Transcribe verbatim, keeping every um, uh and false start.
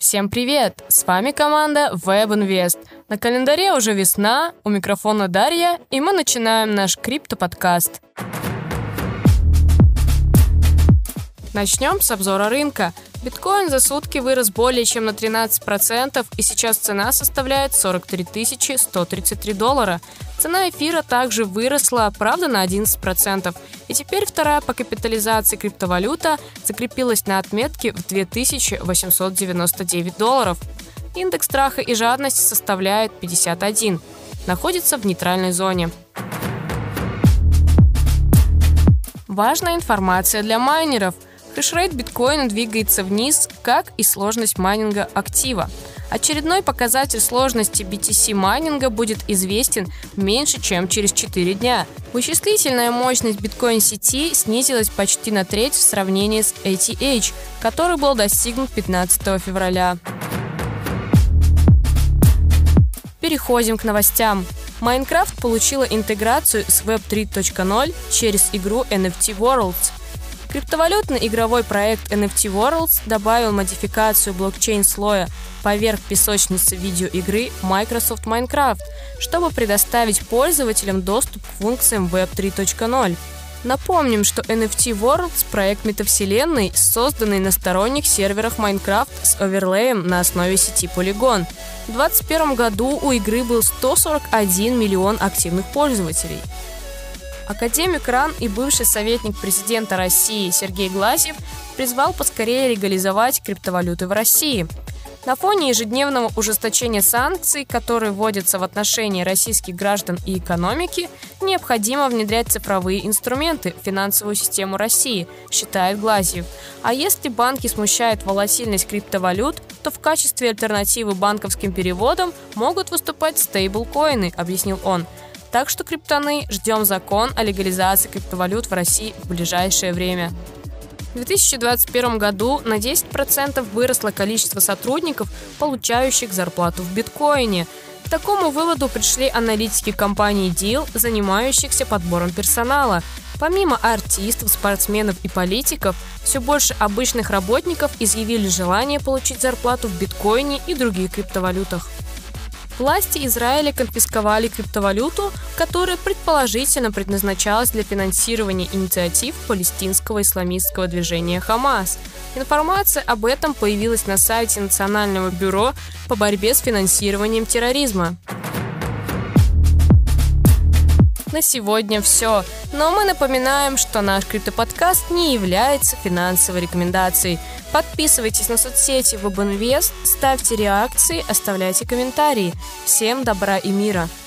Всем привет! С вами команда WebInvest. На календаре уже весна, у микрофона Дарья, и мы начинаем наш крипто-подкаст. Начнем с обзора рынка. Биткоин за сутки вырос более чем на тринадцать процентов, и сейчас цена составляет сорок три тысячи сто тридцать три доллара. Цена эфира также выросла, правда, на одиннадцать процентов. И теперь вторая по капитализации криптовалюта закрепилась на отметке в две тысячи восемьсот девяносто девять долларов. Индекс страха и жадности составляет пятьдесят один. Находится в нейтральной зоне. Важная информация для майнеров. Хешрейт биткоина двигается вниз, как и сложность майнинга актива. Очередной показатель сложности би ти си майнинга будет известен меньше, чем через четыре дня. Вычислительная мощность биткоин-сети снизилась почти на треть в сравнении с эй ти эйч, который был достигнут пятнадцатого февраля. Переходим к новостям. Майнкрафт получила интеграцию с веб три точка ноль через игру эн эф ти Worlds. Криптовалютный игровой проект эн эф ти Worlds добавил модификацию блокчейн-слоя поверх песочницы видеоигры Microsoft Minecraft, чтобы предоставить пользователям доступ к функциям веб три точка ноль. Напомним, что эн эф ти Worlds – проект метавселенной, созданный на сторонних серверах Minecraft с оверлеем на основе сети Polygon. В две тысячи двадцать первом году у игры был сто сорок один миллион активных пользователей. Академик РАН и бывший советник президента России Сергей Глазьев призвал поскорее легализовать криптовалюты в России. На фоне ежедневного ужесточения санкций, которые вводятся в отношении российских граждан и экономики, необходимо внедрять цифровые инструменты в финансовую систему России, считает Глазьев. А если банки смущает волатильность криптовалют, то в качестве альтернативы банковским переводам могут выступать стейблкоины, объяснил он. Так что, криптоны, ждем закон о легализации криптовалют в России в ближайшее время. В две тысячи двадцать первом году на десять процентов выросло количество сотрудников, получающих зарплату в биткоине. К такому выводу пришли аналитики компании Deal, занимающихся подбором персонала. Помимо артистов, спортсменов и политиков, все больше обычных работников изъявили желание получить зарплату в биткоине и других криптовалютах. Власти Израиля конфисковали криптовалюту, которая предположительно предназначалась для финансирования инициатив палестинского исламистского движения «Хамас». Информация об этом появилась на сайте Национального бюро по борьбе с финансированием терроризма. На сегодня все. Но мы напоминаем, что наш криптоподкаст не является финансовой рекомендацией. Подписывайтесь на соцсети WebInvest, ставьте реакции, оставляйте комментарии. Всем добра и мира!